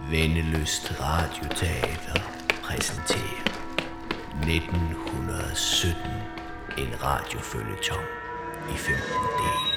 Vennelyst Radioteater præsenterer 1917, en radioføljeton i 15 dele.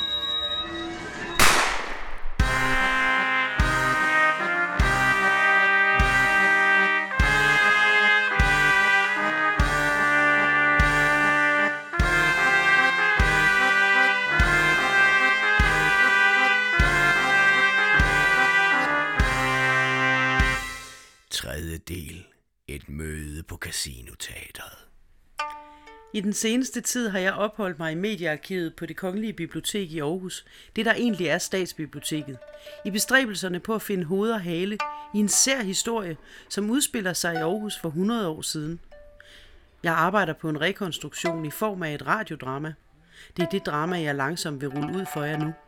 Tredje del. Et møde på Casinoteatret. I den seneste tid har jeg opholdt mig i mediearkivet på Det Kongelige Bibliotek i Aarhus, det der egentlig er Statsbiblioteket, i bestræbelserne på at finde hoved og hale i en sær historie, som udspiller sig i Aarhus for 100 år siden. Jeg arbejder på en rekonstruktion i form af et radiodrama. Det er det drama, jeg langsomt vil rulle ud for jer nu.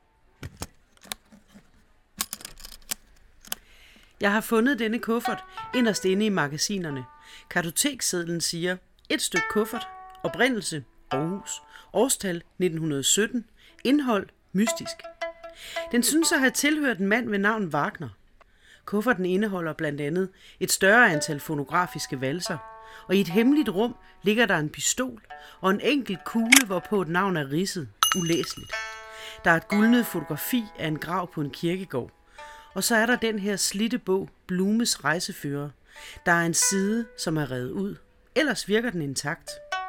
Jeg har fundet denne kuffert inderst inde i magasinerne. Kartoteksedlen siger: et stykke kuffert, oprindelse Aarhus, årstal 1917, indhold mystisk. Den synes at have tilhørt en mand ved navn Wagner. Kufferten indeholder blandt andet et større antal fonografiske valser, og i et hemmeligt rum ligger der en pistol og en enkelt kugle, hvorpå et navn er ridset, ulæseligt. Der er et guldnet fotografi af en grav på en kirkegård. Og så er der den her slidte bog, Blumes rejsefører. Der er en side, som er revet ud. Ellers virker den intakt.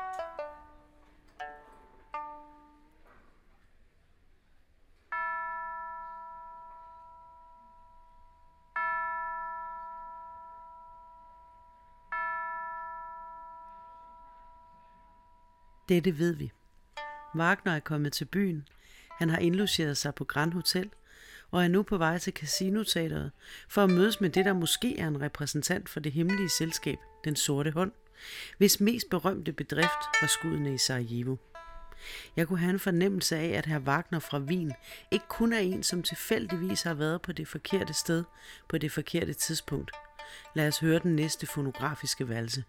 Dette ved vi. Wagner er kommet til byen. Han har indlogeret sig på Grand Hotel og er nu på vej til Casinoteatret for at mødes med det, der måske er en repræsentant for det hemmelige selskab, Den Sorte Hånd, hvis mest berømte bedrift var skuddene i Sarajevo. Jeg kunne have en fornemmelse af, at hr. Wagner fra Wien ikke kun er en, som tilfældigvis har været på det forkerte sted på det forkerte tidspunkt. Lad os høre den næste fonografiske valse.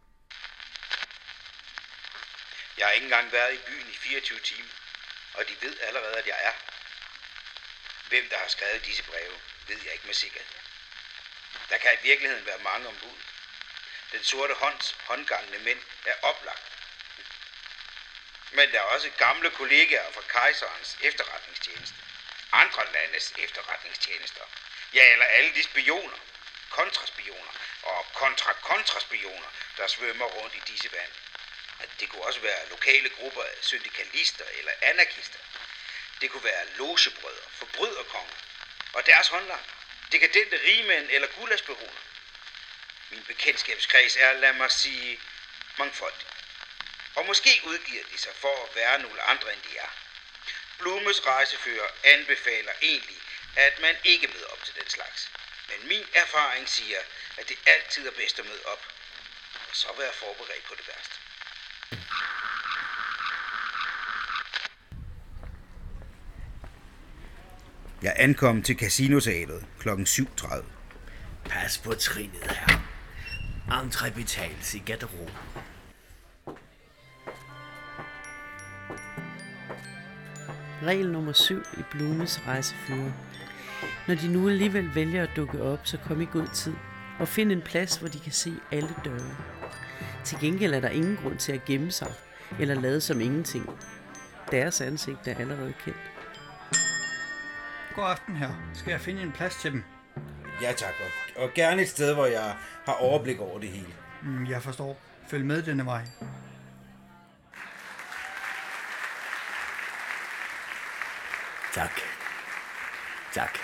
Jeg har ikke engang været i byen i 24 timer, og de ved allerede, at jeg er. Hvem der har skrevet disse breve, ved jeg ikke med sikkerhed. Der kan i virkeligheden være mange ombud. Den Sorte Hånds håndgangne mænd er oplagt. Men der er også gamle kollegaer fra kejserens efterretningstjeneste. Andre landes efterretningstjenester. Ja, eller alle de spioner, kontraspioner og kontraspioner, der svømmer rundt i disse vand. Det kunne også være lokale grupper af syndikalister eller anarkister. Det kunne være logebrødre, forbryderkonger og deres håndlanger, dekadente rigmænd eller gullaschbaroner. Min bekendtskabskreds er, lad mig sige, mangfoldig. Og måske udgiver de sig for at være nogle andre end de er. Blumes rejsefører anbefaler egentlig, at man ikke møder op til den slags. Men min erfaring siger, at det altid er bedst at møde op, og så være forberedt på det værste. Jeg ankom til Casinoteatret kl. 7:30. Pas på trinet her. Entré betales i garderoben. Regel nummer 7 i Blumes rejsefører. Når de nu alligevel vælger at dukke op, så kom i god tid og find en plads, hvor de kan se alle døre. Til gengæld er der ingen grund til at gemme sig eller lade som ingenting. Deres ansigt er allerede kendt. God aften her. Skal jeg finde en plads til dem? Ja tak, og gerne et sted, hvor jeg har overblik over det hele. Jeg forstår. Følg med denne vej. Tak. Tak.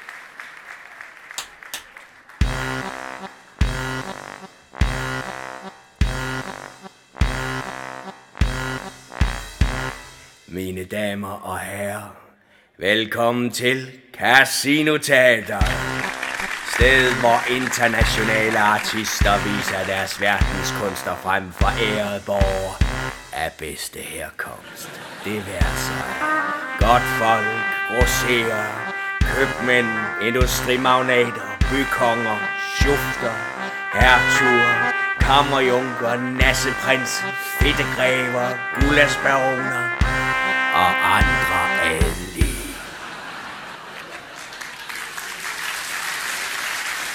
Mine damer og herrer, velkommen til Casinoteatret. Stedet, hvor internationale artister viser deres verdenskunster frem for ærede borgere af bedste herkomst. Det være sig godt folk, grosserer, købmænd, industrimagnater, bykonger, schufter, hertuger, kammerjunker, nasseprins, fedtegræver, gullaschbaroner og andre adelige.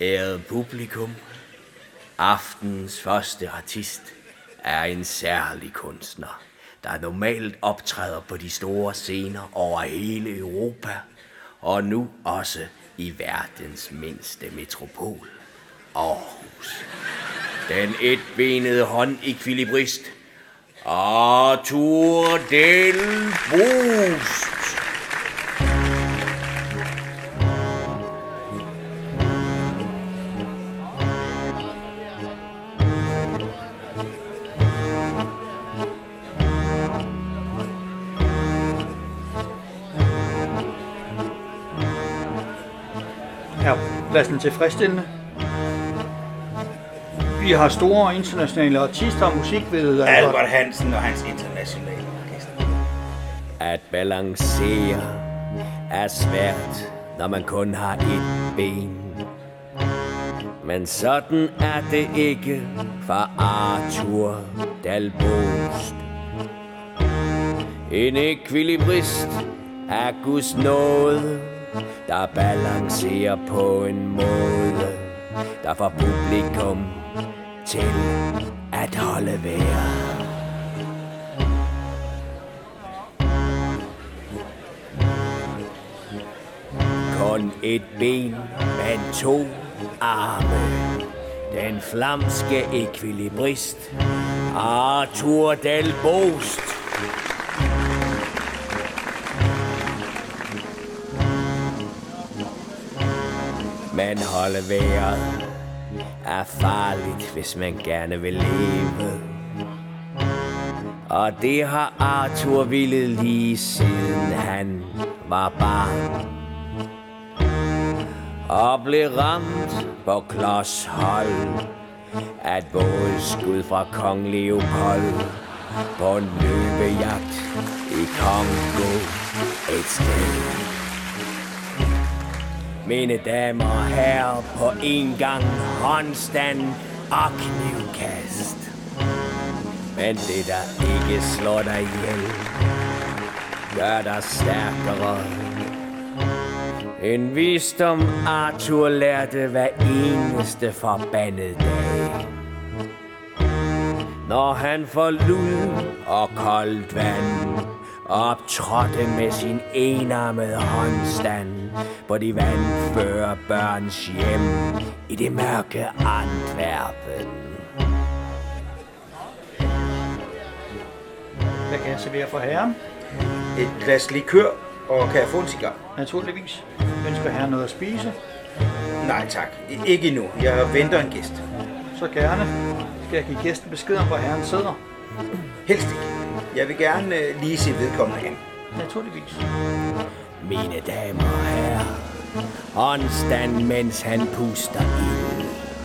Ærede publikum, aftenens første artist er en særlig kunstner, der normalt optræder på de store scener over hele Europa, og nu også i verdens mindste metropol, Aarhus. Den etbenede håndekvilibrist, Arthur Delbos. Er pladsen tilfredsstillende? Vi har store internationale artister og musik ved Albert Hansen og hans internationale orkester. At balancere er svært, når man kun har et ben. Men sådan er det ikke for Arthur Delbos. En ekvilibrist af Guds nåde, der balancerer på en måde, der får publikum til at holde vejret. Kun et ben, men 2 arme. Den flamske ekvilibrist, Arthur Delbos. Men holde vejret er farligt, hvis man gerne vil leve. Og det har Arthur ville lige siden han var barn. Og blev ramt på klods hold af et vådeskud fra kong Leopold på en løbejagt i Kongo et sted. Mine damer og herrer, på en gang håndstand og knivkast. Men det, der ikke slår dig ihjel, gør dig stærkere. En visdom Arthur lærte hver eneste forbandede dag. Når han får lud og koldt vand, optrådte med sin enarmede håndstand på de vandføre børns hjem i det mørke Antwerpen. Hvad kan jeg servere for herren? Et glas likør, og kan jeg få en cigar? Naturligvis. Ønsker herren noget at spise? Nej tak, ikke endnu. Jeg venter en gæst. Så gerne. Skal jeg give gæsten besked om, hvor herren sidder? Helst ikke. Jeg vil gerne lige se vedkommende an. Naturligvis. Mine damer og herrer, håndstand, mens han puster ild.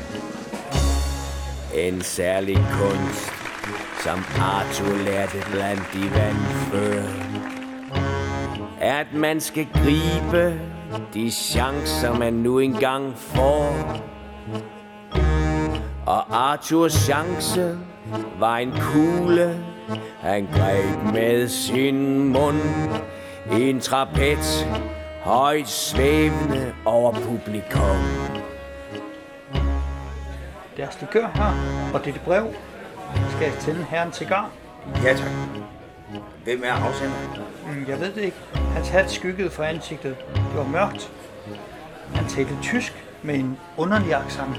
En særlig kunst, som Arthur lærte blandt de vandføre, er, at man skal gribe de chancer, man nu engang får. Og Arthurs chance var en kugle, han greb med sin mund i en trapez, højt svævende over publikum. Deres likør her, og dette brev. Skal jeg tænde herren cigar? Ja tak. Hvem er afsenderen? Jeg ved det ikke. Hans hat skyggede fra ansigtet. Det var mørkt. Han talte tysk med en underlig accent.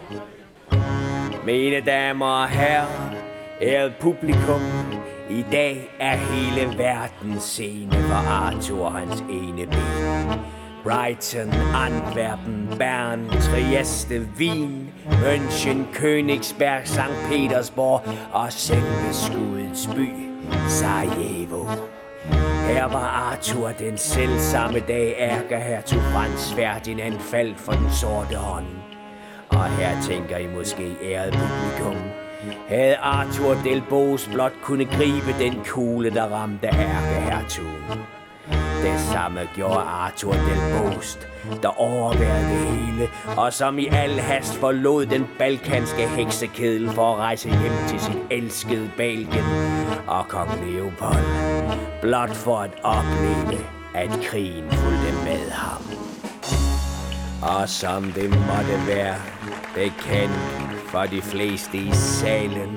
Mine damer og herrer, æret publikum, i dag er hele verden scene for Arthur og hans ene ben. Brighton, Antwerpen, Bern, Trieste, Wien, München, Königsberg, St. Petersborg og selve skudets by, Sarajevo. Her var Arthur den selvsamme dag, ærkehertug Frans Ferdinand faldt for den sorte hånd. Og her tænker I måske, æret publikum, havde Arthur Delbos blot kunne gribe den kugle, der ramte ærkehertugen. Det samme gjorde Arthur Delbos, der overværede det hele, og som i al hast forlod den balkanske heksekedel for at rejse hjem til sit elskede Belgien og kong Leopold, blot for at opleve, at krigen fulgte med ham. Og som det måtte være bekendt for de fleste i salen,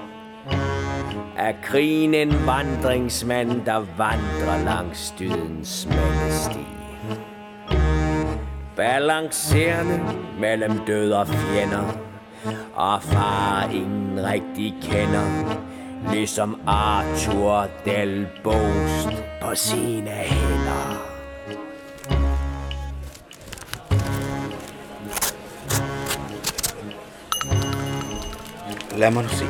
er krigen en vandringsmand, der vandrer langs dydens smalle sti. Balancerende mellem død og fjender, og far ingen rigtig kender, ligesom Arthur Del Bost på sine hænder. Lad mig nu se.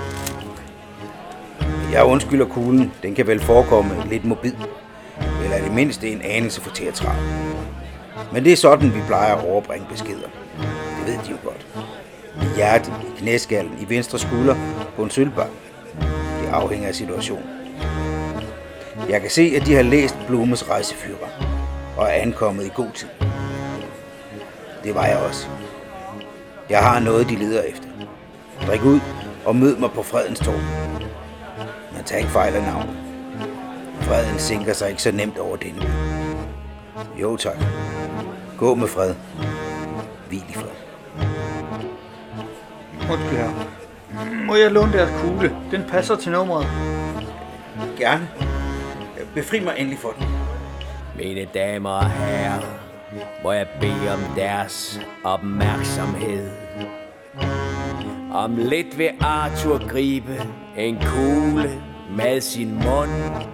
Jeg undskylder kuglen. Den kan vel forekomme lidt mobil, eller i det mindste en anelse for teatral. Men det er sådan, vi plejer at overbringe beskeder. Det ved de jo godt. I hjertet, i knæskallen, i venstre skulder, på en sølvbar. Det afhænger af situationen. Jeg kan se, at de har læst Blumes rejseführer og er ankommet i god tid. Det var jeg også. Jeg har noget, de leder efter. Drik ud og mød mig på Fredens Torv. Men tag ikke fejl af navnet. Freden sænker sig ikke så nemt over denne by. Jo tak. Gå med fred. Hvil i fred. Undskyld her. Må jeg låne deres kugle? Den passer til nummeret. Gerne. Befri mig endelig for den. Mine damer og herrer, må jeg bede om deres opmærksomhed. Om lidt vil Arthur gribe en kugle med sin mund.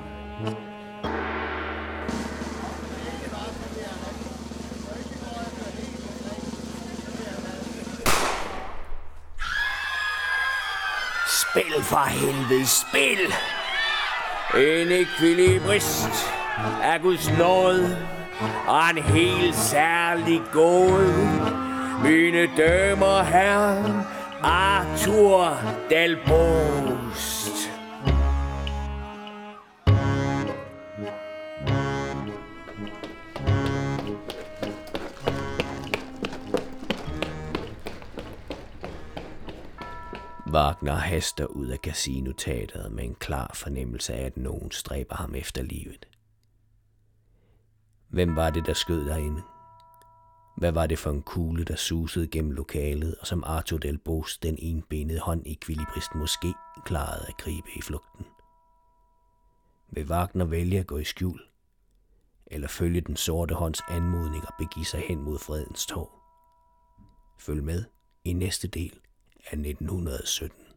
Spil for helvede, spil! En ekvilibrist af Guds nåde og en helt særlig gåde. Mine damer og herrer, Arthur Del Bost. Wagner haster ud af casinoteateret med en klar fornemmelse af, at nogen stræber ham efter livet. Hvem var det, der skød derinde? Hvad var det for en kugle, der susede gennem lokalet, og som Arthur Del Bost, den enbenede håndekvilibrist, måske klarede at gribe i flugten? Vil Wagner vælge at gå i skjul, eller følge den sorte hånds anmodning og begive sig hen mod Fredens Torv? Følg med i næste del af 1917.